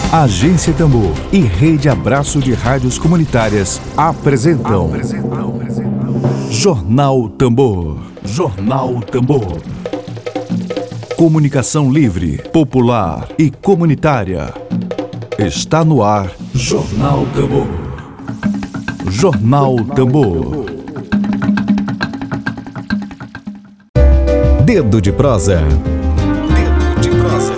Agência Tambor e Rede Abraço de Rádios Comunitárias apresentam Jornal Tambor. Jornal Tambor. Comunicação livre, popular e comunitária. Está no ar Jornal Tambor. Jornal Tambor. Dedo de prosa. Dedo de prosa.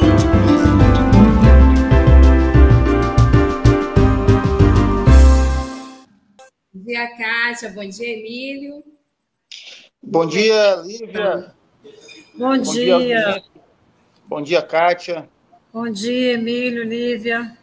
Bom dia, Kátia. Bom dia, Emílio. Bom dia, Lívia. Bom dia. Bom dia, Kátia. Bom dia, Emílio, Lívia.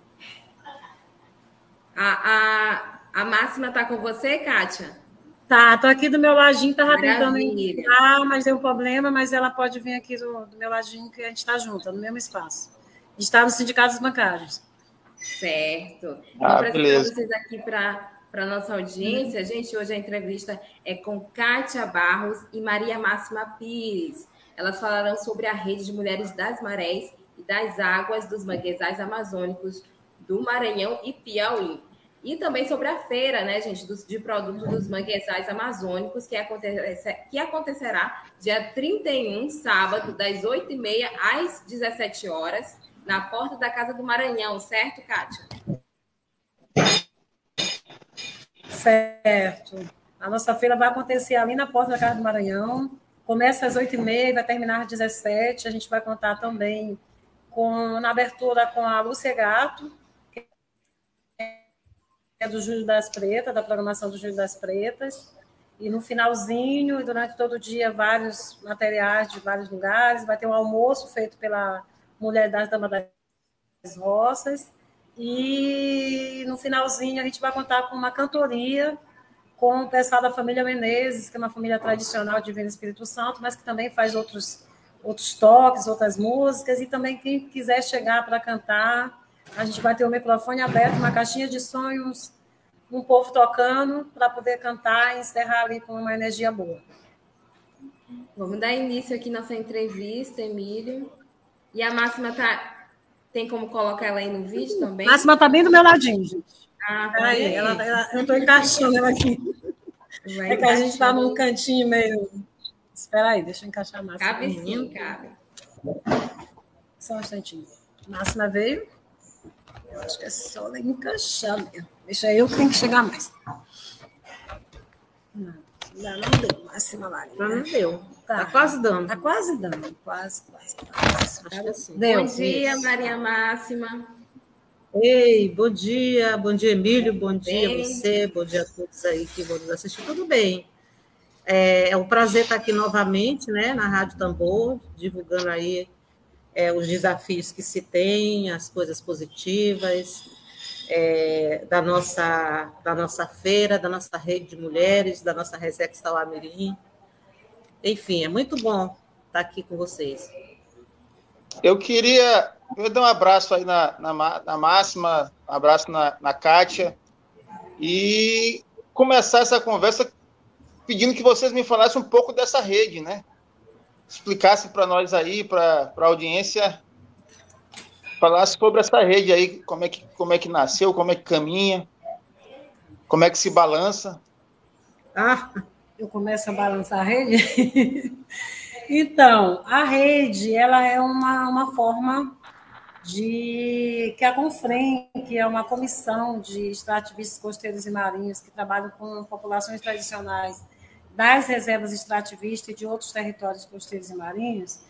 A Máxima está com você, Kátia? Tá, tô aqui do meu ladinho, tava tentando Maravilha. entrar, mas deu um problema, mas ela pode vir aqui do meu ladinho, que a gente está junto, no mesmo espaço. A gente está no Sindicato dos Bancários. Certo. Vou Ah, apresentar beleza. vocês aqui para a nossa audiência. Gente, hoje a entrevista é com Kátia Barros e Maria Máxima Pires. Elas falarão sobre a rede de mulheres das marés e das águas dos manguezais amazônicos do Maranhão e Piauí. E também sobre a feira, né, gente, de produtos dos manguezais amazônicos, que acontecerá dia 31, sábado, das 8h30 às 17 horas, na porta da Casa do Maranhão, certo, Kátia? Certo. A nossa feira vai acontecer ali na porta da Casa do Maranhão. Começa às 8h30 e vai terminar às 17h. A gente vai contar também na abertura com a Lúcia Gato, que é do Júlio das Pretas, da programação do Júlio das Pretas. E no finalzinho, e durante todo o dia, vários materiais de vários lugares. Vai ter um almoço feito pela Mulher das Damas das Roças. E no finalzinho, a gente vai contar com uma cantoria com o pessoal da família Menezes, que é uma família tradicional de Divino Espírito Santo, mas que também faz outros toques, outras músicas. E também quem quiser chegar para cantar, a gente vai ter o microfone aberto, uma caixinha de sonhos, um povo tocando para poder cantar e encerrar ali com uma energia boa. Vamos dar início aqui nossa entrevista, Emílio. E a Máxima tem como colocar ela aí no vídeo também? Máxima está bem do meu ladinho, gente. Peraí. Eu estou encaixando ela aqui. É que a gente está num cantinho meio... Espera aí, deixa eu encaixar a Máxima. Cabe sim, cabe. Só um instantinho. Máxima veio. Eu acho que é só ela encaixar mesmo. Deixa eu que tenho que chegar mais. Não, ainda não deu, Máxima lá. Não deu. Tá quase dando. Tá quase dando. Quase. Acho que assim. Deu. Bom dia, Maria Máxima. Ei, bom dia, Emílio, bom dia a você, bom dia a todos aí que vão nos assistir, tudo bem? É um prazer estar aqui novamente, né, na Rádio Tambor, divulgando aí os desafios que se tem, as coisas positivas da nossa feira, da nossa rede de mulheres, da nossa Resex Tauá-Mirim. Enfim, é muito bom estar aqui com vocês. Eu dar um abraço aí na Máxima, um abraço na Kátia, e começar essa conversa pedindo que vocês me falassem um pouco dessa rede, né? Explicassem para nós aí, para a audiência, falasse sobre essa rede aí, como é que nasceu, como é que caminha, como é que se balança. Eu começo a balançar a rede? Então, a rede, ela é uma forma que a Confrem, que é uma comissão de extrativistas costeiros e marinhos que trabalham com populações tradicionais das reservas extrativistas e de outros territórios costeiros e marinhos,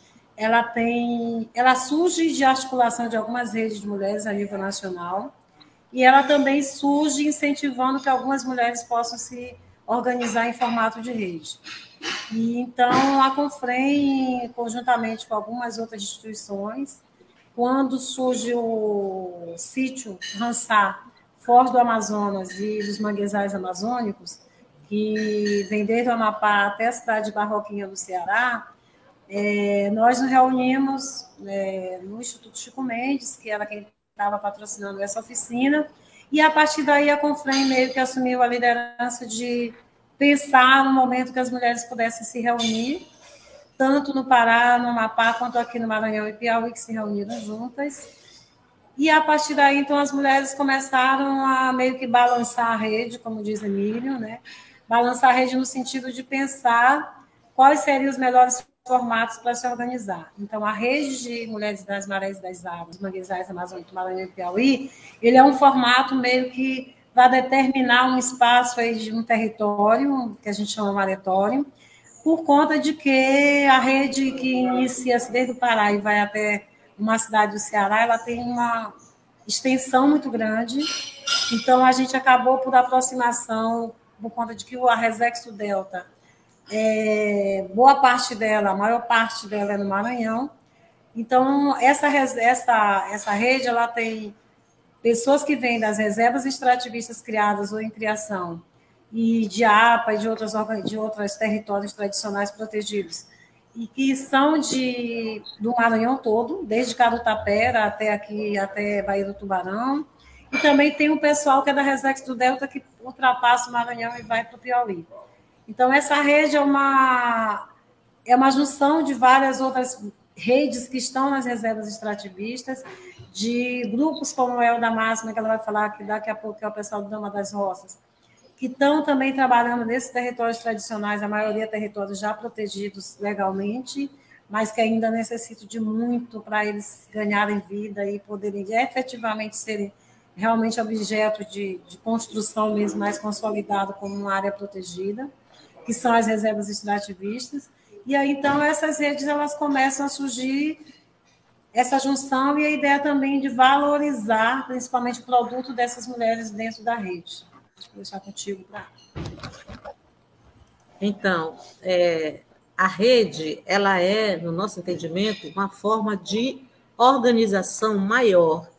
ela surge de articulação de algumas redes de mulheres a nível nacional, e ela também surge incentivando que algumas mulheres possam se organizar em formato de rede. E então, a Confrem, conjuntamente com algumas outras instituições, quando surge o sítio Ransá, Foz do Amazonas e dos manguezais amazônicos, que vem desde o Amapá até a cidade de Barroquinha, no Ceará, nós nos reunimos no Instituto Chico Mendes, que era quem estava patrocinando essa oficina, e a partir daí a Confrem meio que assumiu a liderança de pensar no momento que as mulheres pudessem se reunir, tanto no Pará, no Amapá, quanto aqui no Maranhão e Piauí, que se reuniram juntas, E a partir daí, então, as mulheres começaram a meio que balançar a rede, como diz Emílio, né? Balançar a rede no sentido de pensar quais seriam os melhores formatos para se organizar. Então, a rede de Mulheres das Marés e das Águas, Manguezais, Amazônia, Maranhão e Piauí, ele é um formato meio que vai determinar um espaço aí de um território, que a gente chama maretório, por conta de que a rede que inicia-se desde o Pará e vai até uma cidade do Ceará, ela tem uma extensão muito grande, então a gente acabou por aproximação, por conta de que a Resexo Delta, boa parte dela, a maior parte dela é no Maranhão, então essa rede ela tem pessoas que vêm das reservas extrativistas criadas ou em criação, e de APA e de outros territórios tradicionais protegidos, e que são do Maranhão todo, desde Carutapera até aqui, até Baía do Tubarão, e também tem um pessoal que é da Resex do Delta, que ultrapassa o Maranhão e vai para o Piauí. Então, essa rede é uma junção de várias outras redes que estão nas reservas extrativistas, de grupos como o El da Máxima, que ela vai falar que daqui a pouco é o pessoal do Dama das Roças, que estão também trabalhando nesses territórios tradicionais, a maioria territórios já protegidos legalmente, mas que ainda necessitam de muito para eles ganharem vida e poderem efetivamente serem realmente objeto de construção mesmo mais consolidado como uma área protegida, que são as reservas extrativistas. E aí, então, essas redes elas começam a surgir, essa junção e a ideia também de valorizar, principalmente, o produto dessas mulheres dentro da rede. Vou deixar contigo para. Então, a rede, ela é, no nosso entendimento, uma forma de organização maior,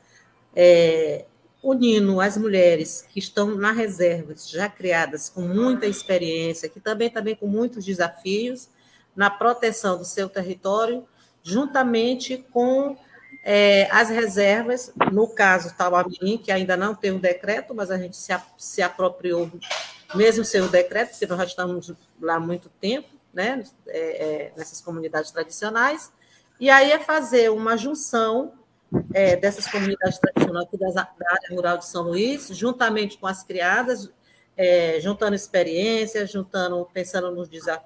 unindo as mulheres que estão nas reservas, já criadas com muita experiência, que também com muitos desafios, na proteção do seu território, juntamente com as reservas, no caso Tauamirim, que ainda não tem um decreto, mas a gente se apropriou, mesmo sem o decreto, porque nós já estamos lá há muito tempo, né, nessas comunidades tradicionais, e aí é fazer uma junção dessas comunidades tradicionais aqui da área rural de São Luís, juntamente com as criadas, juntando experiências, pensando nos desafios,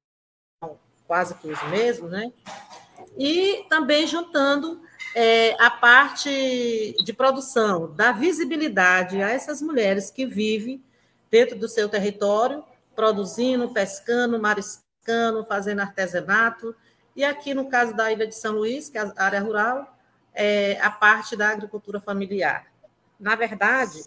quase que os mesmos, né? E também juntando a parte de produção, da visibilidade a essas mulheres que vivem dentro do seu território, produzindo, pescando, mariscando, fazendo artesanato, e aqui no caso da Ilha de São Luís, que é a área rural, a parte da agricultura familiar. Na verdade,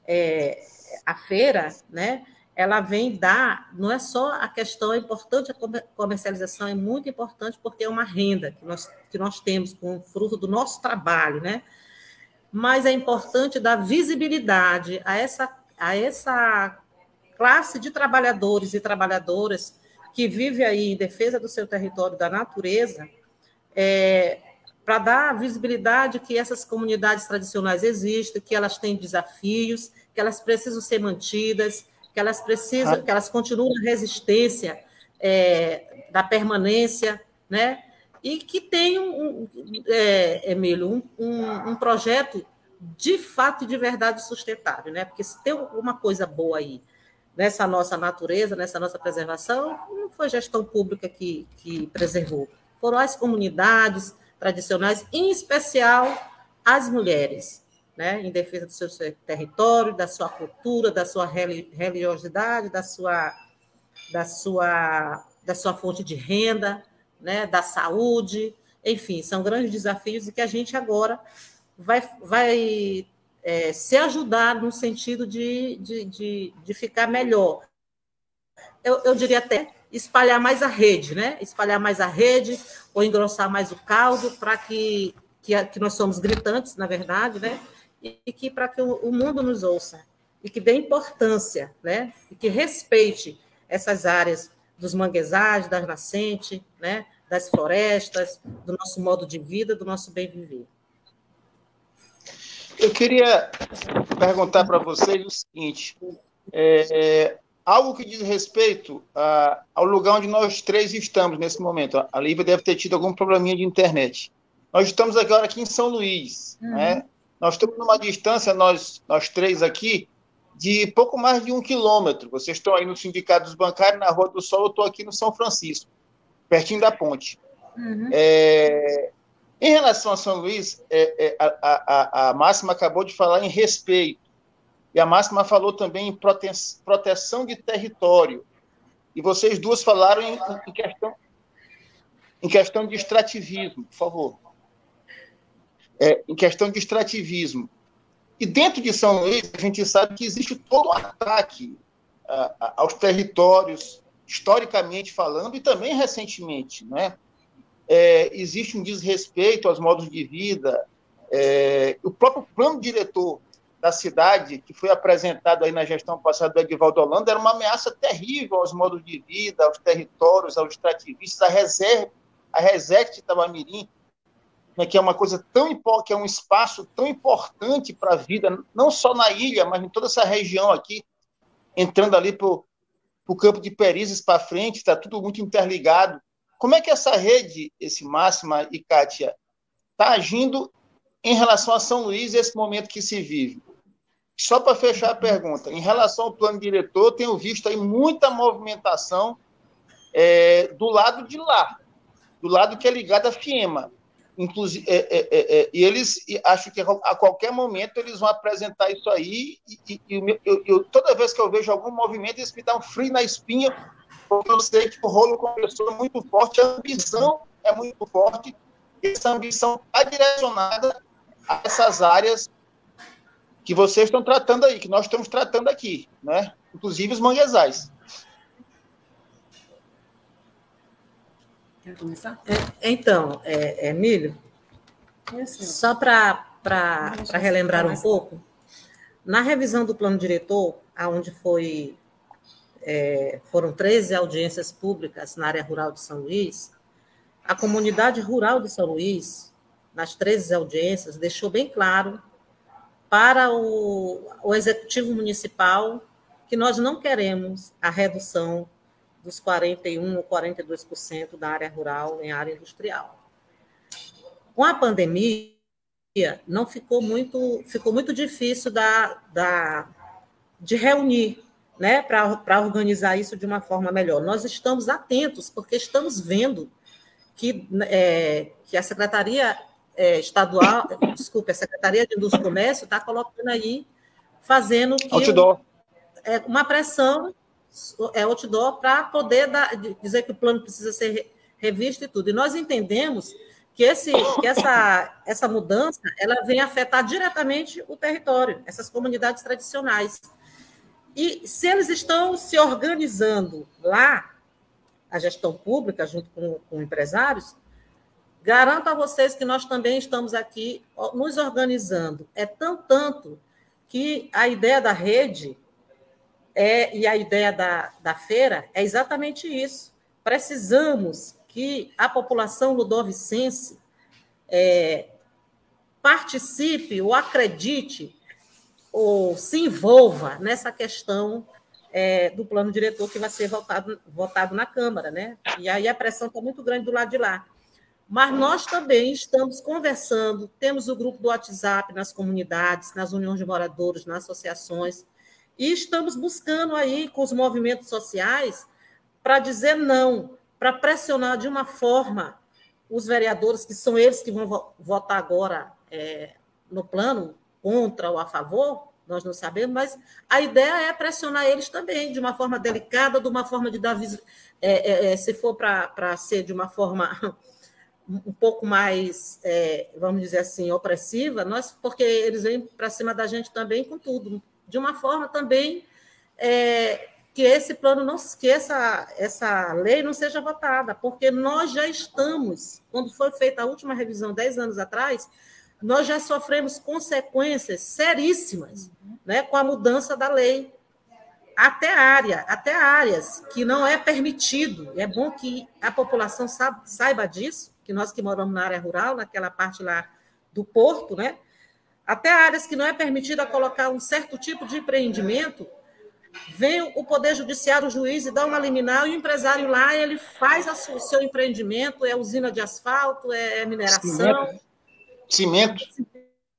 a feira, né, ela vem não é só a questão, é importante, a comercialização é muito importante, porque é uma renda que nós temos com o fruto do nosso trabalho, né? Mas é importante dar visibilidade a essa classe de trabalhadores e trabalhadoras que vive aí em defesa do seu território, da natureza, para dar visibilidade que essas comunidades tradicionais existem, que elas têm desafios, que elas precisam ser mantidas, que elas continuam na resistência da permanência, né? E que tem, Emílio, um projeto de fato e de verdade sustentável, né? Porque se tem uma coisa boa aí nessa nossa natureza, nessa nossa preservação, não foi gestão pública que preservou, foram as comunidades tradicionais, em especial as mulheres, né, em defesa do seu território, da sua cultura, da sua religiosidade, da sua fonte de renda, né, da saúde, enfim, são grandes desafios e que a gente agora vai se ajudar no sentido de ficar melhor. Eu diria até espalhar mais a rede, né? Espalhar mais a rede ou engrossar mais o caldo para que nós somos gritantes, na verdade, né? E que para que o mundo nos ouça e que dê importância, né? E que respeite essas áreas dos manguezais, das nascentes, né? Das florestas, do nosso modo de vida, do nosso bem viver. Eu queria perguntar para vocês o seguinte, algo que diz respeito ao lugar onde nós três estamos nesse momento. A Lívia deve ter tido algum probleminha de internet. Nós estamos agora aqui em São Luís, né? Nós estamos numa distância, nós três aqui, de pouco mais de 1 quilômetro. Vocês estão aí no Sindicato dos Bancários, na Rua do Sol, eu estou aqui no São Francisco, pertinho da ponte. Uhum. Em relação a São Luís, a Máxima acabou de falar em respeito, e a Máxima falou também em proteção de território, e vocês duas falaram em questão de extrativismo, por favor. Em questão de extrativismo. E dentro de São Luís, a gente sabe que existe todo um ataque aos territórios, historicamente falando, e também recentemente, né? Existe um desrespeito aos modos de vida. O próprio plano diretor da cidade, que foi apresentado aí na gestão passada do Edivaldo Holanda, era uma ameaça terrível aos modos de vida, aos territórios, aos extrativistas, a Reset de Itabamirim, né, que é uma coisa que é um espaço tão importante para a vida, não só na ilha, mas em toda essa região aqui, entrando ali para o campo de Perizes para frente, está tudo muito interligado. Como é que essa rede, esse Máxima e Kátia, está agindo em relação a São Luís e esse momento que se vive? Só para fechar a pergunta, em relação ao plano diretor, tenho visto aí muita movimentação do lado de lá, do lado que é ligado à FIEMA. Inclusive, e eles, acho que a qualquer momento eles vão apresentar isso aí, toda vez que eu vejo algum movimento, eles me dão um frio na espinha, porque eu sei que o rolo começou muito forte, a ambição é muito forte, e essa ambição está direcionada a essas áreas que vocês estão tratando aí, que nós estamos tratando aqui, né? Inclusive os manguezais. Quer começar? Então, Emílio, só para relembrar um pouco, na revisão do plano diretor, onde foram 13 audiências públicas na área rural de São Luís, a comunidade rural de São Luís, nas 13 audiências, deixou bem claro para o Executivo Municipal que nós não queremos a redução dos 41% ou 42% da área rural em área industrial. Com a pandemia, ficou muito difícil de reunir, né, para organizar isso de uma forma melhor. Nós estamos atentos, porque estamos vendo que a Secretaria Estadual, a Secretaria de Indústria e Comércio está colocando aí, fazendo que uma pressão outdoor para poder dizer que o plano precisa ser revisto e tudo. E nós entendemos que essa mudança ela vem afetar diretamente o território, essas comunidades tradicionais. E se eles estão se organizando lá, a gestão pública, junto com empresários, garanto a vocês que nós também estamos aqui nos organizando. Tanto que a ideia da rede e a ideia da feira é exatamente isso. Precisamos que a população ludovicense participe ou acredite ou se envolva nessa questão do plano diretor que vai ser votado na Câmara, né? E aí a pressão está muito grande do lado de lá. Mas nós também estamos conversando, temos o grupo do WhatsApp nas comunidades, nas uniões de moradores, nas associações, e estamos buscando aí com os movimentos sociais para dizer não, para pressionar de uma forma os vereadores, que são eles que vão votar agora no plano, contra ou a favor, nós não sabemos, mas a ideia é pressionar eles também, de uma forma delicada, de uma forma de dar... se for para ser de uma forma um pouco mais, vamos dizer assim, opressiva, porque eles vêm para cima da gente também com tudo, de uma forma também que esse plano, que essa lei não seja votada, porque nós já estamos, quando foi feita a última revisão, 10 anos atrás, nós já sofremos consequências seríssimas, né, com a mudança da lei. Até áreas que não é permitido, é bom que a população saiba disso, que nós que moramos na área rural, naquela parte lá do porto, né, até áreas que não é permitido colocar um certo tipo de empreendimento, vem o Poder Judiciário, o juiz, e dá uma liminar, e o empresário lá, ele faz o seu empreendimento, usina de asfalto, mineração... Cimento.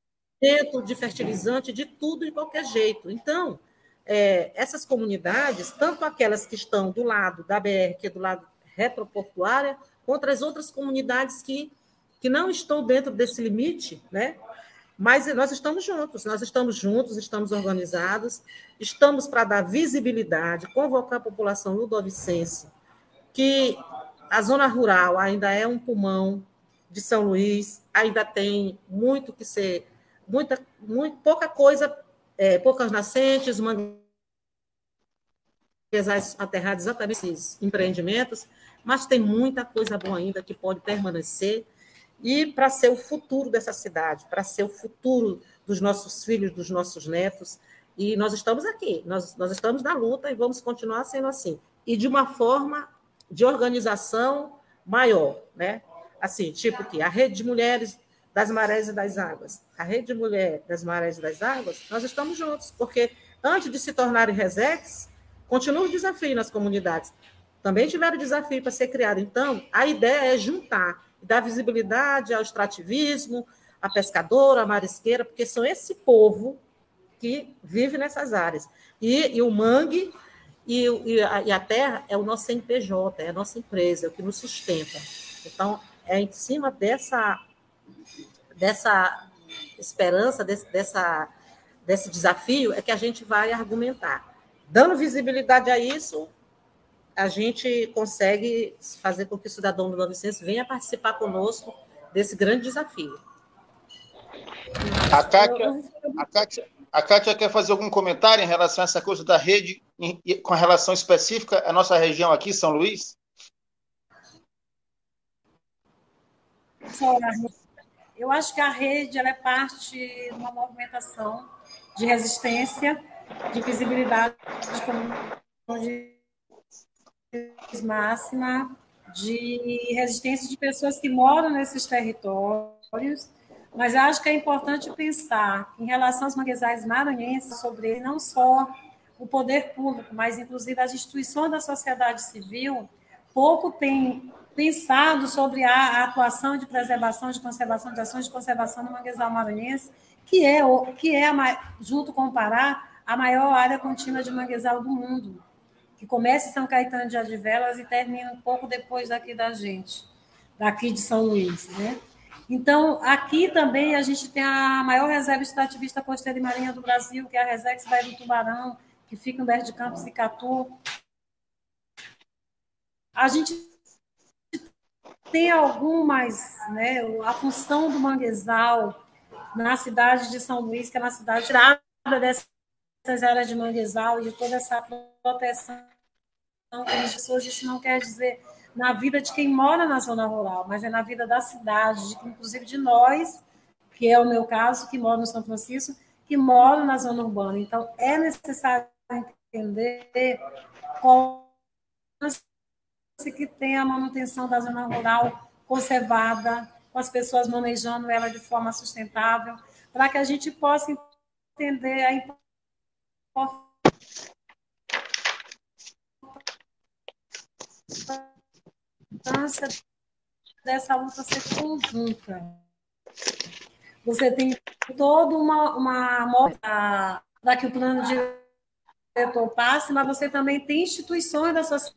tratamento de fertilizante, de tudo, de qualquer jeito. Então, essas comunidades, tanto aquelas que estão do lado da BR, que é do lado retroportuária, contra as outras comunidades que não estão dentro desse limite, né? Mas nós estamos juntos, estamos organizados, estamos para dar visibilidade, convocar a população ludovicense, que a zona rural ainda é um pulmão de São Luís, ainda tem muito que ser, pouca coisa, poucas nascentes, manguezais aterrados, exatamente esses empreendimentos, mas tem muita coisa boa ainda que pode permanecer, e para ser o futuro dessa cidade, para ser o futuro dos nossos filhos, dos nossos netos. E nós estamos aqui, nós estamos na luta e vamos continuar sendo assim. E de uma forma de organização maior, né? Assim, tipo que a Rede de Mulheres das Marés e das Águas, a Rede de Mulheres das Marés e das Águas, nós estamos juntos, porque antes de se tornarem RESECs, continua o desafio nas comunidades. Também tiveram desafio para ser criado. Então, a ideia é juntar, dar visibilidade ao extrativismo, à pescadora, à marisqueira, porque são esse povo que vive nessas áreas. E o mangue e a terra é o nosso CNPJ, é a nossa empresa, é o que nos sustenta. Então, é em cima dessa esperança, desse desafio, é que a gente vai argumentar. Dando visibilidade a isso, a gente consegue fazer com que o cidadão do Ludovicense venha participar conosco desse grande desafio. A Kátia quer fazer algum comentário em relação a essa coisa da rede, com relação específica à nossa região aqui, São Luís? Eu acho que a rede ela é parte de uma movimentação de resistência, de visibilidade máxima, de resistência de pessoas que moram nesses territórios, mas acho que é importante pensar em relação aos manguezais maranhenses, sobre ele, não só o poder público, mas inclusive as instituições da sociedade civil, pouco tem pensado sobre a atuação de preservação, de conservação, de ações de conservação no manguezal maranhense, que é junto com o Pará, a maior área contínua de manguezal do mundo, que começa em São Caetano de Adivelas e termina um pouco depois daqui da gente, daqui de São Luís, né? Então, aqui também a gente tem a maior reserva extrativista costeira e marinha do Brasil, que é a Resex Baía do Tubarão, que fica em Humberto de Campos e Catu. A gente tem algumas, né, a função do manguezal na cidade de São Luís, que é uma cidade tirada dessas áreas de manguezal e de toda essa proteção das pessoas. Isso não quer dizer na vida de quem mora na zona rural, mas é na vida da cidade, inclusive de nós, que é o meu caso, que moro no São Francisco, que moro na zona urbana. Então, é necessário entender qual que tem a manutenção da zona rural conservada, com as pessoas manejando ela de forma sustentável, para que a gente possa entender a importância dessa luta ser conjunta. Você tem toda uma para que o plano diretor passe, mas você também tem instituições da sociedade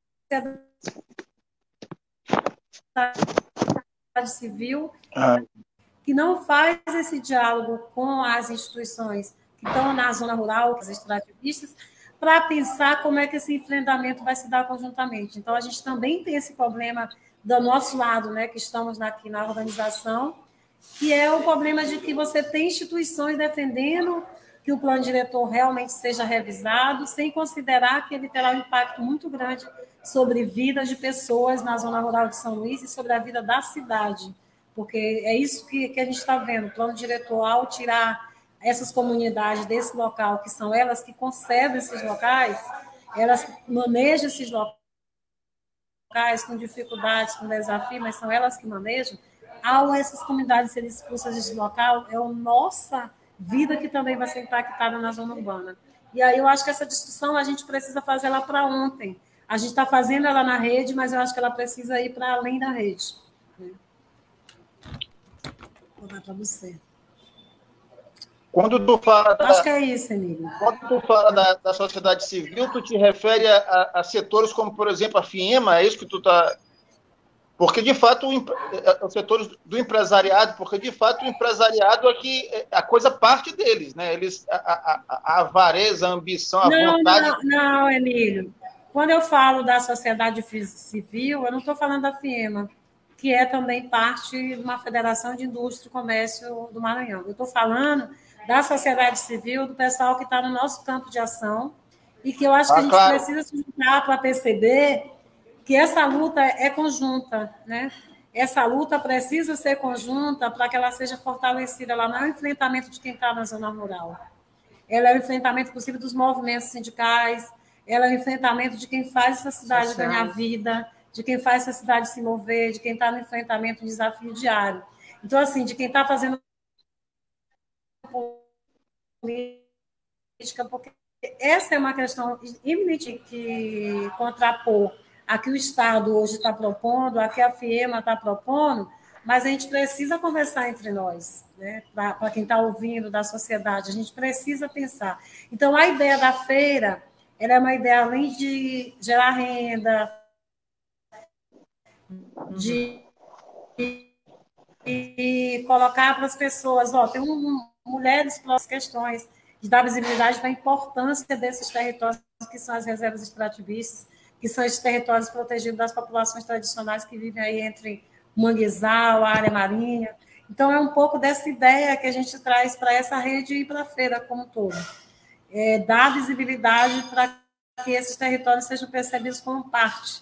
civil que não faz esse diálogo com as instituições que estão na zona rural, com os extrativistas, para pensar como é que esse enfrentamento vai se dar conjuntamente. Então, a gente também tem esse problema do nosso lado, né, que estamos aqui na organização, que é o problema de que você tem instituições defendendo que o plano diretor realmente seja revisado, sem considerar que ele terá um impacto muito grande sobre vidas de pessoas na zona rural de São Luís e sobre a vida da cidade, porque é isso que a gente está vendo. O plano diretor, ao tirar essas comunidades desse local, que são elas que conservam esses locais, elas manejam esses locais com dificuldades, com desafios, mas são elas que manejam. Ao essas comunidades serem expulsas desse local, é a nossa vida que também vai ser impactada na zona urbana. E aí eu acho que essa discussão a gente precisa fazer ela para ontem. A gente está fazendo ela na rede, mas eu acho que ela precisa ir para além da rede. Vou dar para você. Quando tu fala Acho que é isso, Emílio. Quando tu fala da sociedade civil, tu te refere a setores como, por exemplo, a FIEMA, é isso que tu está... Porque, de fato, os setores do empresariado, porque, de fato, o empresariado aqui, a coisa parte deles, né? Eles, a avareza, a ambição, a vontade... Não, Emílio. Quando eu falo da sociedade civil, eu não estou falando da FIEMA, que é também parte de uma federação de indústria e comércio do Maranhão. Eu estou falando da sociedade civil, do pessoal que está no nosso campo de ação, e que eu acho que a gente precisa se juntar para perceber que essa luta é conjunta, né? Essa luta precisa ser conjunta para que ela seja fortalecida. Ela não é o enfrentamento de quem está na zona rural. Ela é o enfrentamento possível dos movimentos sindicais, ela é o enfrentamento de quem faz essa cidade ganhar vida, de quem faz essa cidade se mover, de quem está no enfrentamento de desafio diário. Então, assim, de quem está fazendo política, porque essa é uma questão iminente que contrapor a que o Estado hoje está propondo, a que a FIEMA está propondo, mas a gente precisa conversar entre nós, né? Para quem está ouvindo da sociedade, a gente precisa pensar. Então, a ideia da feira, ela é uma ideia, além de gerar renda, de colocar para as pessoas, tem mulheres para as questões, de dar visibilidade para a importância desses territórios que são as reservas extrativistas, que são esses territórios protegidos das populações tradicionais que vivem aí entre o manguezal, a área marinha. Então, é um pouco dessa ideia que a gente traz para essa rede e para a feira como um todo. Dar visibilidade para que esses territórios sejam percebidos como parte.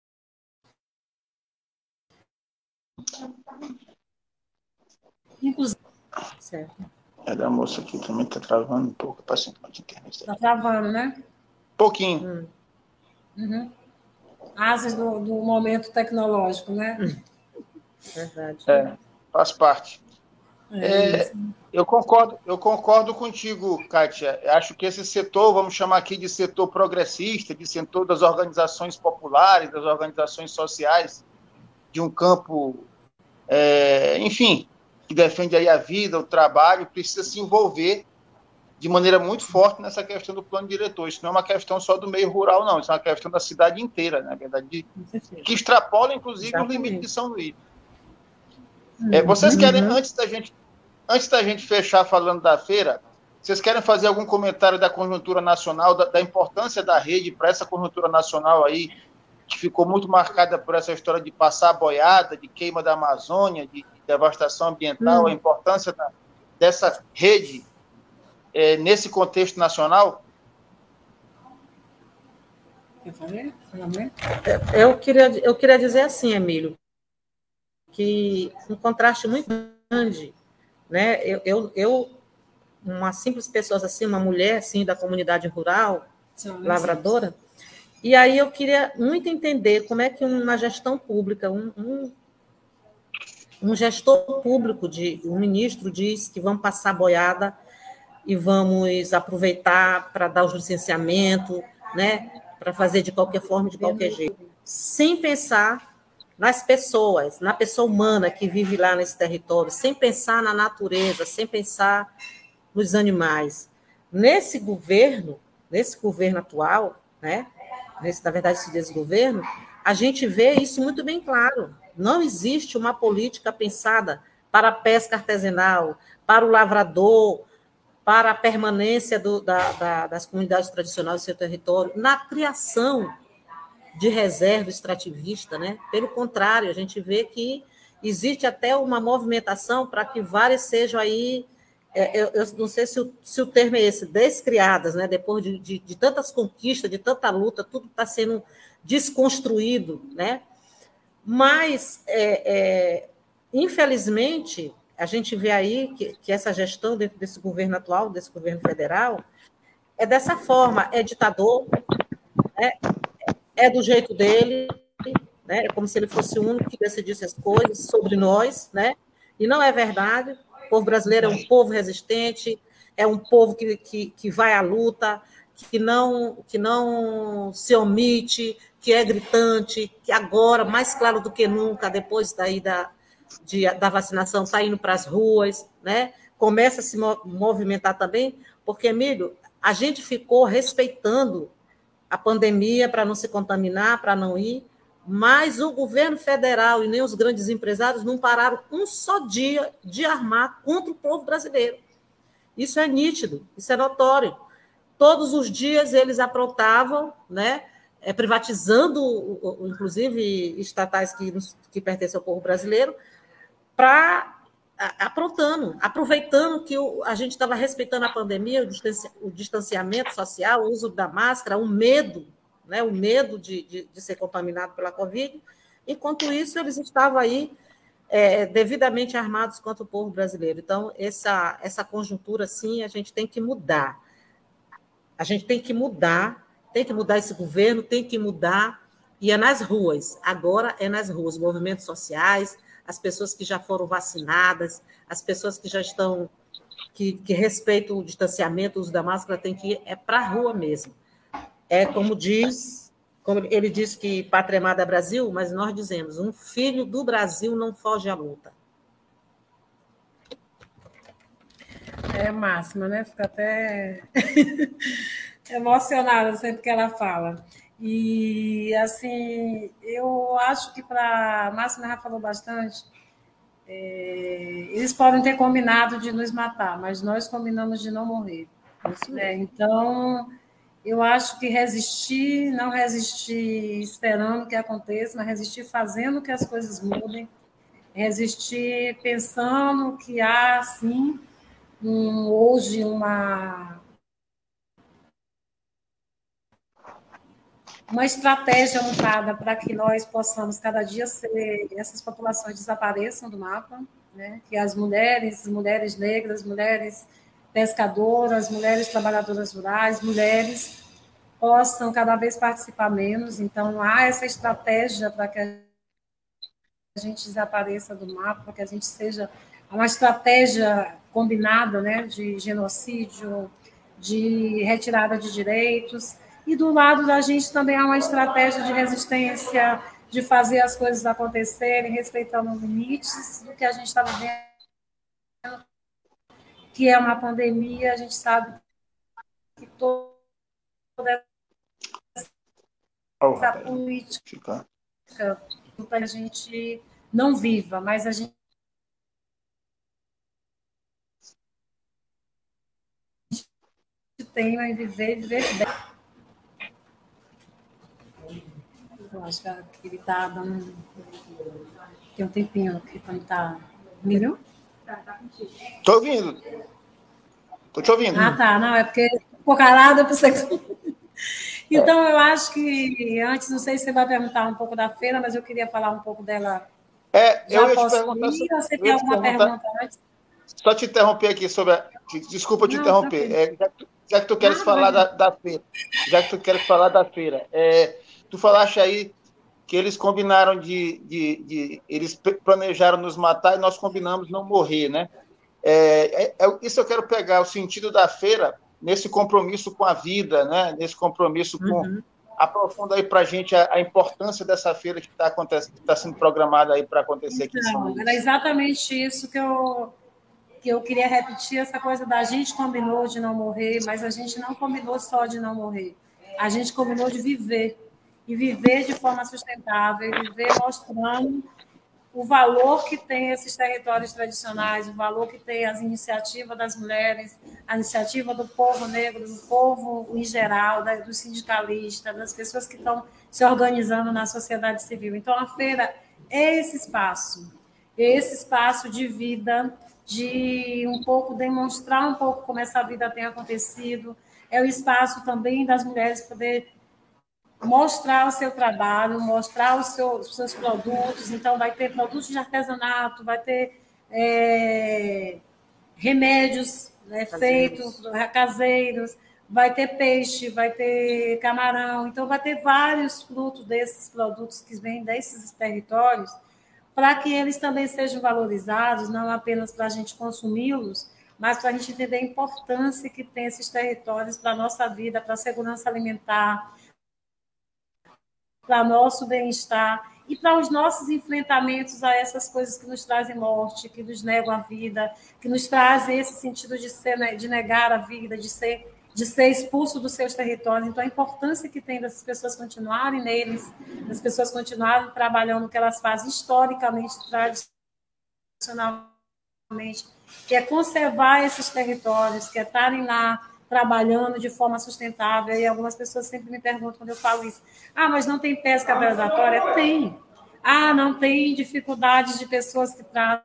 Inclusive. Certo. É da moça aqui também está travando um pouco. Está travando, né? Pouquinho. Uhum. Asas do momento tecnológico, né? Verdade. Faz parte. Eu concordo contigo, Kátia. Acho que esse setor, vamos chamar aqui de setor progressista, de setor das organizações populares, das organizações sociais, de um campo, enfim, que defende aí a vida, o trabalho, precisa se envolver de maneira muito forte nessa questão do plano diretor. Isso não é uma questão só do meio rural, não. Isso é uma questão da cidade inteira, na verdade, que extrapola, inclusive, o limite de São Luís. Vocês querem, antes da gente fechar falando da feira, vocês querem fazer algum comentário da conjuntura nacional, da importância da rede para essa conjuntura nacional aí, que ficou muito marcada por essa história de passar a boiada, de queima da Amazônia, de devastação ambiental, a importância dessa rede nesse contexto nacional? Eu queria dizer assim, Emílio, que um contraste muito grande, né? Eu uma simples pessoa assim, uma mulher assim da comunidade rural, lavradora, e aí eu queria muito entender como é que uma gestão pública, um gestor público, um ministro diz que vamos passar boiada e vamos aproveitar para dar os licenciamentos, né? Para fazer de qualquer forma, de qualquer jeito, sem pensar nas pessoas, na pessoa humana que vive lá nesse território, sem pensar na natureza, sem pensar nos animais. Nesse governo atual, né? Na verdade, esse desgoverno, a gente vê isso muito bem claro. Não existe uma política pensada para a pesca artesanal, para o lavrador, para a permanência das comunidades tradicionais do seu território, na criação de reserva extrativista, né? Pelo contrário, a gente vê que existe até uma movimentação para que várias sejam aí, eu não sei se o termo é esse, descriadas, né? Depois de tantas conquistas, de tanta luta, tudo está sendo desconstruído, né? Mas, infelizmente, a gente vê aí que essa gestão dentro desse governo atual, desse governo federal, é dessa forma, é ditador, é do jeito dele, né? É como se ele fosse o único que decidisse as coisas sobre nós, né? E não é verdade. O povo brasileiro é um povo resistente, é um povo que vai à luta, que não se omite, que é gritante, que agora, mais claro do que nunca, depois daí da vacinação, está indo para as ruas, né? começa a se movimentar também, porque, Emílio, a gente ficou respeitando a pandemia para não se contaminar, para não ir, mas o governo federal e nem os grandes empresários não pararam um só dia de armar contra o povo brasileiro. Isso é nítido, isso é notório. Todos os dias eles aprontavam, né, privatizando, inclusive, estatais que pertencem ao povo brasileiro, aproveitando que a gente estava respeitando a pandemia, o distanciamento social, o uso da máscara, o medo, né, o medo de ser contaminado pela Covid. Enquanto isso, eles estavam aí devidamente armados contra o povo brasileiro. Então, essa conjuntura, sim, a gente tem que mudar. A gente tem que mudar esse governo, tem que mudar, e é nas ruas. Agora é nas ruas, movimentos sociais, as pessoas que já foram vacinadas, as pessoas que já estão, que respeitam o distanciamento, o uso da máscara, tem que ir para a rua mesmo. É como ele diz que pátria amada é Brasil, mas nós dizemos, um filho do Brasil não foge à luta. É máxima, né? Fica até emocionada sempre que ela fala. E, assim, eu acho que para a Máxima já falou bastante, eles podem ter combinado de nos matar, mas nós combinamos de não morrer. Então, eu acho que não resistir esperando que aconteça, mas resistir fazendo que as coisas mudem, resistir pensando que há, sim, hoje uma estratégia montada para que nós possamos cada dia essas populações desapareçam do mapa, né? Que as mulheres negras, mulheres pescadoras, mulheres trabalhadoras rurais, mulheres possam cada vez participar menos. Então, há essa estratégia para que a gente desapareça do mapa, para que a gente seja uma estratégia combinada, né, de genocídio, de retirada de direitos. E do lado da gente também há uma estratégia de resistência, de fazer as coisas acontecerem, respeitando os limites do que a gente está vivendo, que é uma pandemia. A gente sabe que toda essa política a gente não viva, mas a gente tem a viver bem. Eu acho que ele está dando. Tem um tempinho que ele está. Melhor? Estou ouvindo. Estou te ouvindo. Ah, tá. Não, é porque ficou calado, eu pensei que. Então, eu acho que antes, não sei se você vai perguntar um pouco da feira, mas eu queria falar um pouco dela. Eu ia posso te perguntar. Ir, ou você tem alguma pergunta antes? Só te interromper aqui sobre Desculpa te interromper. Já que tu queres falar da feira. Já que tu queres falar da feira. Tu falaste aí que eles combinaram eles planejaram nos matar e nós combinamos não morrer, né? Isso eu quero pegar o sentido da feira nesse compromisso com a vida, né? Nesse compromisso com... Aprofunda aí para a gente a importância dessa feira que está sendo programada aí para acontecer aqui em São Luís. Era exatamente isso que eu queria repetir, essa coisa da gente combinou de não morrer, mas a gente não combinou só de não morrer. A gente combinou de viver, e viver de forma sustentável, e viver mostrando o valor que tem esses territórios tradicionais, o valor que tem as iniciativas das mulheres, a iniciativa do povo negro, do povo em geral, dos sindicalistas, das pessoas que estão se organizando na sociedade civil. Então, a feira é esse espaço de vida, de um pouco demonstrar um pouco como essa vida tem acontecido. É o espaço também das mulheres poder mostrar o seu trabalho, mostrar os seus produtos. Então, vai ter produtos de artesanato, vai ter remédios, né, feitos caseiros, vai ter peixe, vai ter camarão. Então, vai ter vários frutos desses produtos que vêm desses territórios, para que eles também sejam valorizados, não apenas para a gente consumi-los, mas para a gente entender a importância que tem esses territórios para a nossa vida, para a segurança alimentar, para nosso bem-estar e para os nossos enfrentamentos a essas coisas que nos trazem morte, que nos negam a vida, que nos trazem esse sentido de negar a vida, de ser expulso dos seus territórios. Então, a importância que tem das pessoas continuarem neles, das pessoas continuarem trabalhando o que elas fazem historicamente, tradicionalmente, que é conservar esses territórios, que é estarem lá trabalhando de forma sustentável. E algumas pessoas sempre me perguntam quando eu falo isso: mas não tem pesca predatória? Tem. Não tem dificuldades de pessoas que tratam?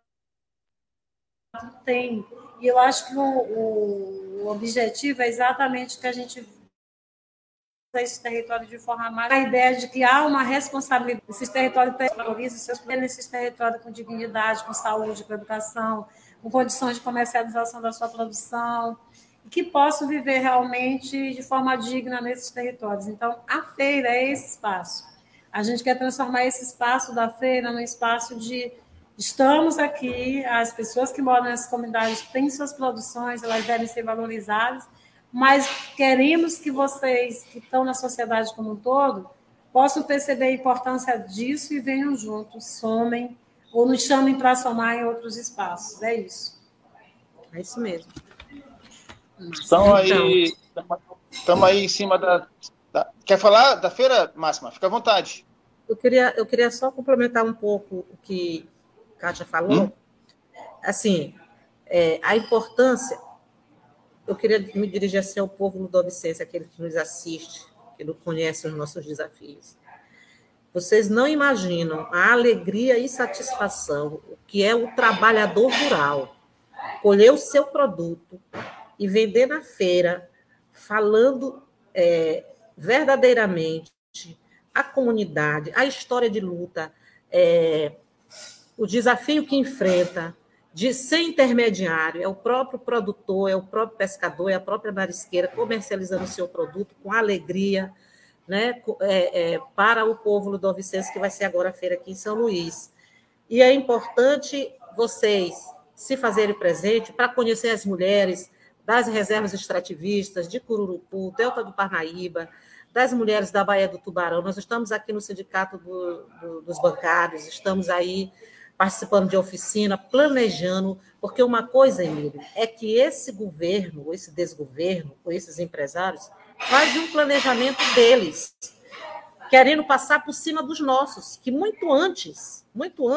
Tem. E eu acho que o objetivo é exatamente que a gente esse território de forma mais a ideia de que há uma responsabilidade. Esses territórios valorizam seus nesses territórios com dignidade, com saúde, com educação, com condições de comercialização da sua produção, e que possam viver realmente de forma digna nesses territórios. Então, a feira é esse espaço. A gente quer transformar esse espaço da feira num espaço de estamos aqui, as pessoas que moram nessas comunidades têm suas produções, elas devem ser valorizadas, mas queremos que vocês, que estão na sociedade como um todo, possam perceber a importância disso e venham juntos, somem, ou nos chamem para somar em outros espaços. É isso. É isso mesmo. Estamos aí em cima da... Quer falar da feira, Máxima? Fica à vontade. Eu queria só complementar um pouco o que a Kátia falou. Assim, a importância... Eu queria me dirigir assim ao povo ludovicense, aquele que nos assiste, que não conhece os nossos desafios. Vocês não imaginam a alegria e satisfação, o que é o trabalhador rural, colher o seu produto e vender na feira, falando verdadeiramente a comunidade, a história de luta, o desafio que enfrenta, de ser intermediário, é o próprio produtor, é o próprio pescador, é a própria marisqueira comercializando o seu produto com alegria, né, para o povo ludovicense, que vai ser agora a feira aqui em São Luís. E é importante vocês se fazerem presente para conhecer as mulheres das reservas extrativistas, de Cururupu, Delta do Parnaíba, das mulheres da Baía do Tubarão. Nós estamos aqui no Sindicato dos Bancários, estamos aí participando de oficina, planejando, porque uma coisa, Emílio, é que esse governo, ou esse desgoverno, ou esses empresários, fazem um planejamento deles, querendo passar por cima dos nossos, que muito antes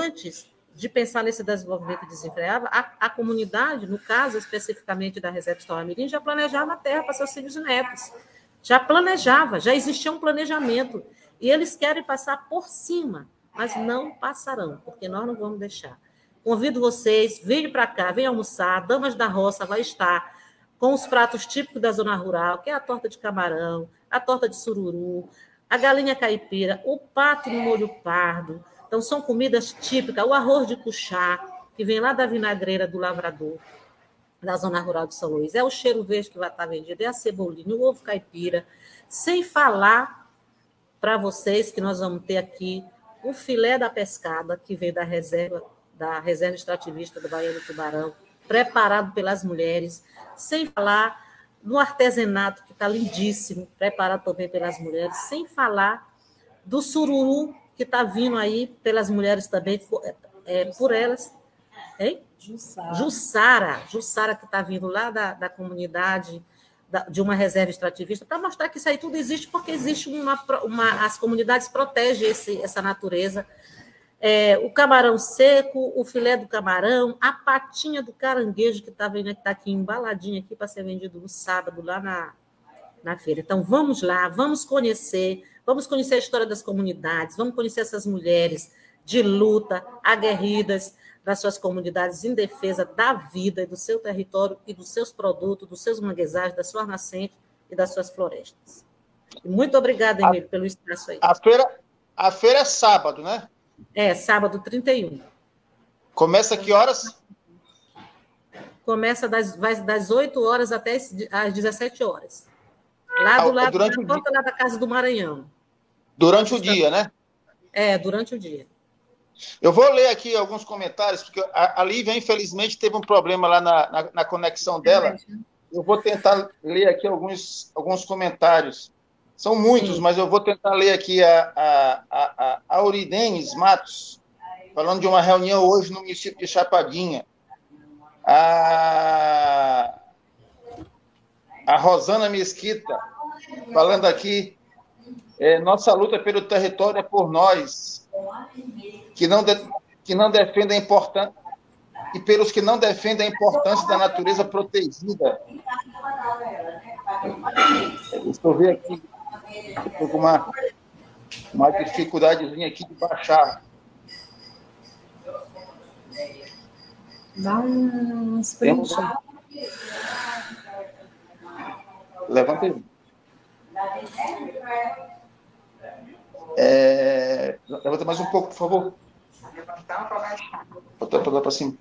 de pensar nesse desenvolvimento desenfreado, a comunidade, no caso especificamente da Reserva História-Mirim, já planejava a terra para seus filhos e netos, já planejava, já existia um planejamento, e eles querem passar por cima, mas não passarão, porque nós não vamos deixar. Convido vocês, venham para cá, venham almoçar, a Damas da Roça vai estar com os pratos típicos da zona rural, que é a torta de camarão, a torta de sururu, a galinha caipira, o pato no molho pardo. Então, são comidas típicas, o arroz de cuchá, que vem lá da vinagreira do lavrador, da zona rural de São Luís, é o cheiro verde que vai estar vendido, é a cebolinha, o ovo caipira, sem falar para vocês que nós vamos ter aqui o filé da pescada, que vem da reserva extrativista do Baía do Tubarão, preparado pelas mulheres, sem falar no artesanato, que está lindíssimo, preparado também pelas mulheres, sem falar do sururu, que está vindo aí pelas mulheres também, por elas. Hein? Jussara, que está vindo lá da comunidade, de uma reserva extrativista, para mostrar que isso aí tudo existe, porque existe as comunidades protegem essa natureza. O camarão seco, o filé do camarão, a patinha do caranguejo, que está aqui embaladinha aqui para ser vendido no sábado, lá na feira. Então, vamos lá, vamos conhecer a história das comunidades, vamos conhecer essas mulheres de luta, aguerridas, das suas comunidades em defesa da vida e do seu território e dos seus produtos, dos seus manguezais, das suas nascentes e das suas florestas. E muito obrigada, Emílio, pelo espaço aí. A feira é sábado, né? Sábado 31. Começa que horas? Começa das 8 horas até às 17 horas. Lá do lado da porta lá da Casa do Maranhão. Durante o dia, né? Durante o dia. Eu vou ler aqui alguns comentários, porque a Lívia, infelizmente, teve um problema lá na conexão dela. Eu vou tentar ler aqui alguns comentários. São muitos, Sim. mas eu vou tentar ler aqui a Auridenes Matos, falando de uma reunião hoje no município de Chapadinha. A Rosana Mesquita, falando aqui, nossa luta pelo território é por nós, que não defendem a importância, e pelos que não defendem a importância da natureza protegida. Estou vendo aqui, estou com uma dificuldadezinha aqui de baixar. Dá um sprint. Levanta aí. Levanta mais um pouco, por favor. Bota para cima.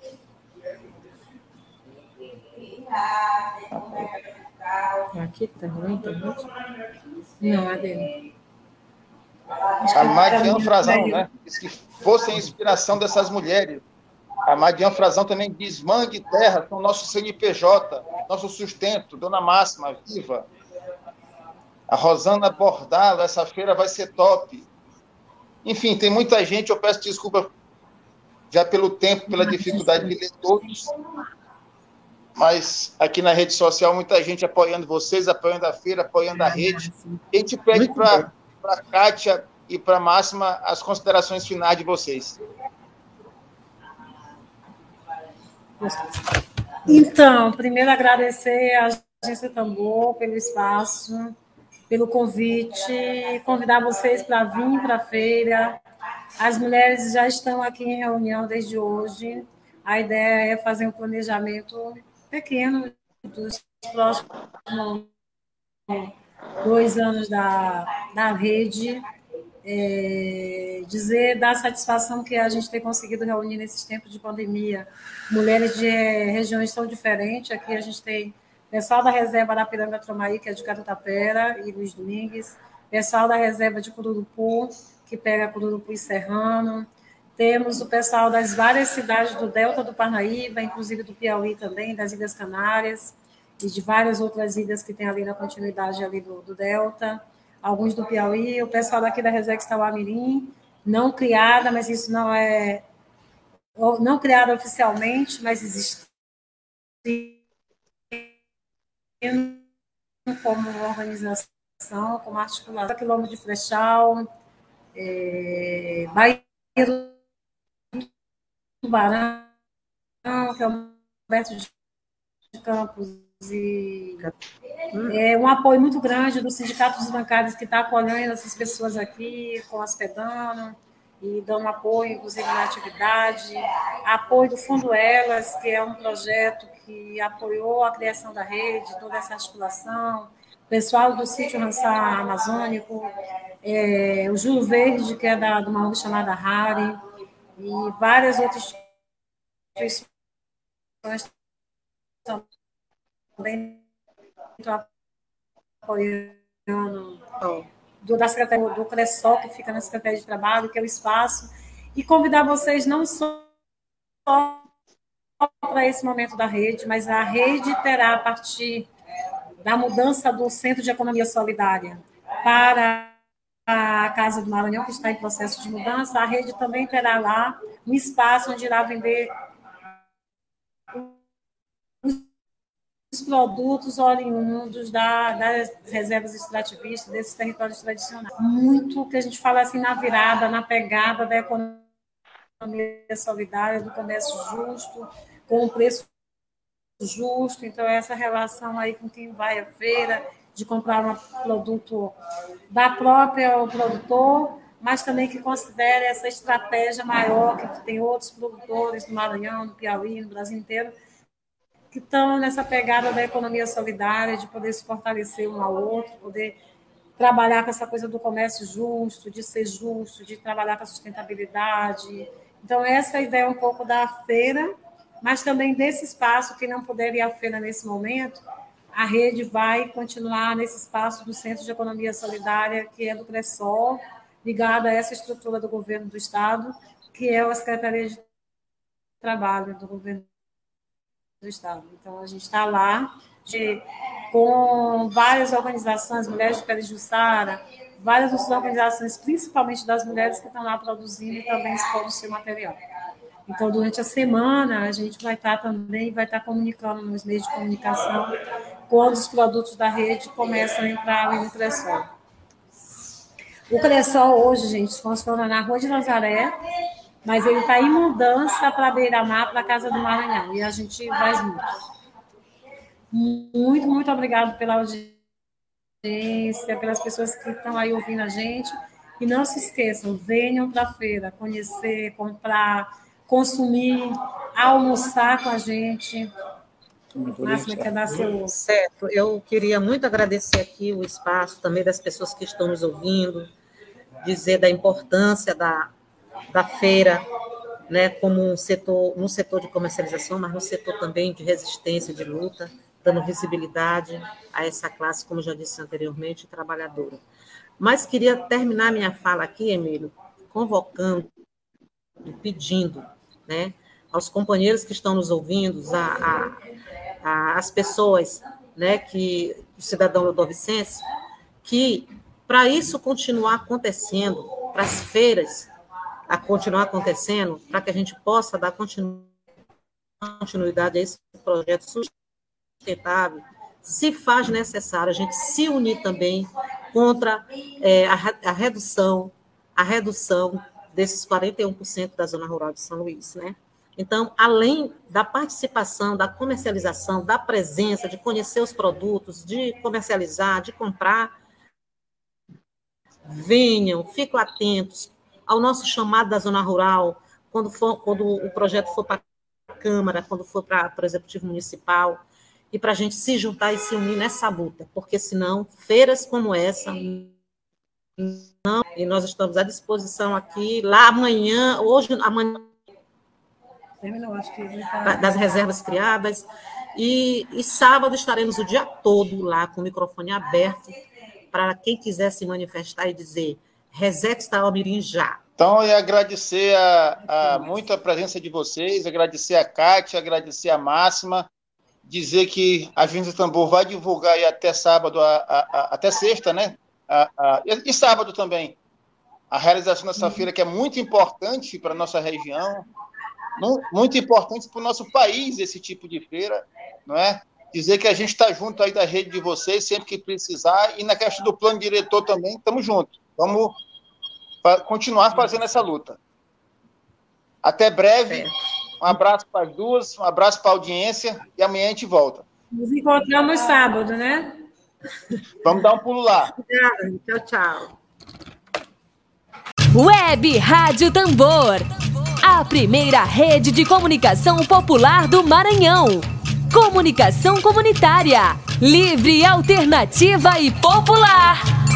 Aqui tá ruim, tá ruim. Não, é dele. A Madian Frazão, né? Diz que fosse a inspiração dessas mulheres. A Madian Frazão também diz: Mangue Terra, são nosso CNPJ, nosso sustento. Dona Máxima, viva. A Rosana Bordalo, essa feira vai ser top. Enfim, tem muita gente, eu peço desculpa já pelo tempo, pela dificuldade de ler todos, mas aqui na rede social, muita gente apoiando vocês, apoiando a feira, apoiando a rede. A gente pede para a Kátia e para a Máxima as considerações finais de vocês. Então, primeiro agradecer à Agência Tambor pelo espaço, pelo convite, convidar vocês para vir para a feira. As mulheres já estão aqui em reunião desde hoje. A ideia é fazer um planejamento pequeno dos próximos 2 anos da rede, dar satisfação que a gente tem conseguido reunir nesses tempos de pandemia. Mulheres de regiões tão diferentes. Aqui a gente tem pessoal da reserva da Piranga Tromaí, que é de Carutapera e Luiz Domingues, pessoal da reserva de Cururupu, que pega Cururupu e Serrano. Temos o pessoal das várias cidades do Delta do Parnaíba, inclusive do Piauí também, das Ilhas Canárias, e de várias outras ilhas que tem ali na continuidade ali do Delta. Alguns do Piauí, o pessoal daqui da Resex Tauá-Mirim, não criada, mas isso não criada oficialmente, mas existe como organização, como articulação, quilômetro de Frechal, Bahia do Tubarão, que é o Humberto de Campos, e um apoio muito grande do Sindicato dos Bancários, que está acolhendo essas pessoas aqui, com hospedando, e dando apoio, inclusive, na atividade. Apoio do Fundo Elas, que é um projeto que apoiou a criação da rede, toda essa articulação. O pessoal do Sítio Ransar Amazônico, o Júlio Verde, que é de uma ONG chamada Hari, e várias outras instituições também estão apoiando da Secretaria do CRESOL, que fica na Secretaria de Trabalho, que é o espaço, e convidar vocês não só para esse momento da rede, mas a rede terá, a partir da mudança do Centro de Economia Solidária para a Casa do Maranhão, que está em processo de mudança, a rede também terá lá um espaço onde irá vender os produtos oriundos das reservas extrativistas, desses territórios tradicionais. Muito que a gente fala assim na virada, na pegada da economia solidária, do comércio justo, com o preço justo. Então, essa relação aí com quem vai à feira, de comprar um produto da própria produtor, mas também que considere essa estratégia maior, que tem outros produtores no Maranhão, no Piauí, no Brasil inteiro, que estão nessa pegada da economia solidária, de poder se fortalecer um ao outro, poder trabalhar com essa coisa do comércio justo, de ser justo, de trabalhar com a sustentabilidade. Então, essa é a ideia um pouco da feira, mas também desse espaço, que não puder ir à feira nesse momento, a rede vai continuar nesse espaço do Centro de Economia Solidária, que é do CRESOL, ligado a essa estrutura do governo do Estado, que é a Secretaria de Trabalho do governo do Estado. Então, a gente está lá, com várias organizações, Mulheres de Perijuçara, várias outras organizações, principalmente das mulheres que estão lá produzindo e também expondo o seu material. Então, durante a semana, a gente vai estar comunicando nos meios de comunicação quando os produtos da rede começam a entrar ali no Cressol. O Cressol hoje, gente, funciona na Rua de Nazaré, mas ele está em mudança para Beira-Mar, para a Casa do Maranhão, e a gente vai juntos. Muito, muito obrigado pela audiência, pelas pessoas que estão aí ouvindo a gente. E não se esqueçam, venham para a feira, conhecer, comprar, consumir, almoçar com a gente. Máxima, quer dar seu... Certo, eu queria muito agradecer aqui o espaço também das pessoas que estão nos ouvindo, dizer da importância da feira, né, como um setor, no setor de comercialização, mas no setor também de resistência, de luta, dando visibilidade a essa classe, como já disse anteriormente, trabalhadora. Mas queria terminar minha fala aqui, Emílio, convocando, pedindo, né, aos companheiros que estão nos ouvindo, as pessoas, né, o cidadão ludovicense, que para isso continuar acontecendo, para as feiras a continuar acontecendo, para que a gente possa dar continuidade a esse projeto sustentável, se faz necessário a gente se unir também contra a redução desses 41% da zona rural de São Luís, né? Então, além da participação, da comercialização, da presença, de conhecer os produtos, de comercializar, de comprar, venham, fiquem atentos ao nosso chamado da zona rural, quando o projeto for para a Câmara, quando for para o Executivo Municipal, e para a gente se juntar e se unir nessa luta, porque senão feiras como essa não, e nós estamos à disposição aqui, lá amanhã, das reservas criadas, e sábado estaremos o dia todo lá com o microfone aberto para quem quiser se manifestar e dizer Resex Taomirim já. Então, eu agradecer muito a presença de vocês, agradecer a Kátia, agradecer a Máxima, dizer que a Avenida Tambor vai divulgar aí até sábado, até sexta, né? E sábado também, a realização dessa feira, que é muito importante para a nossa região, muito importante para o nosso país, esse tipo de feira, não é? Dizer que a gente está junto aí da rede de vocês, sempre que precisar, e na questão do plano diretor também, estamos juntos. Vamos continuar fazendo essa luta. Até breve, um abraço para as duas, um abraço para a audiência, e amanhã a gente volta. Nos encontramos sábado, né? Vamos dar um pulo lá. Obrigada, tchau, tchau. Web Rádio Tambor, a primeira rede de comunicação popular do Maranhão. Comunicação comunitária, livre, alternativa e popular.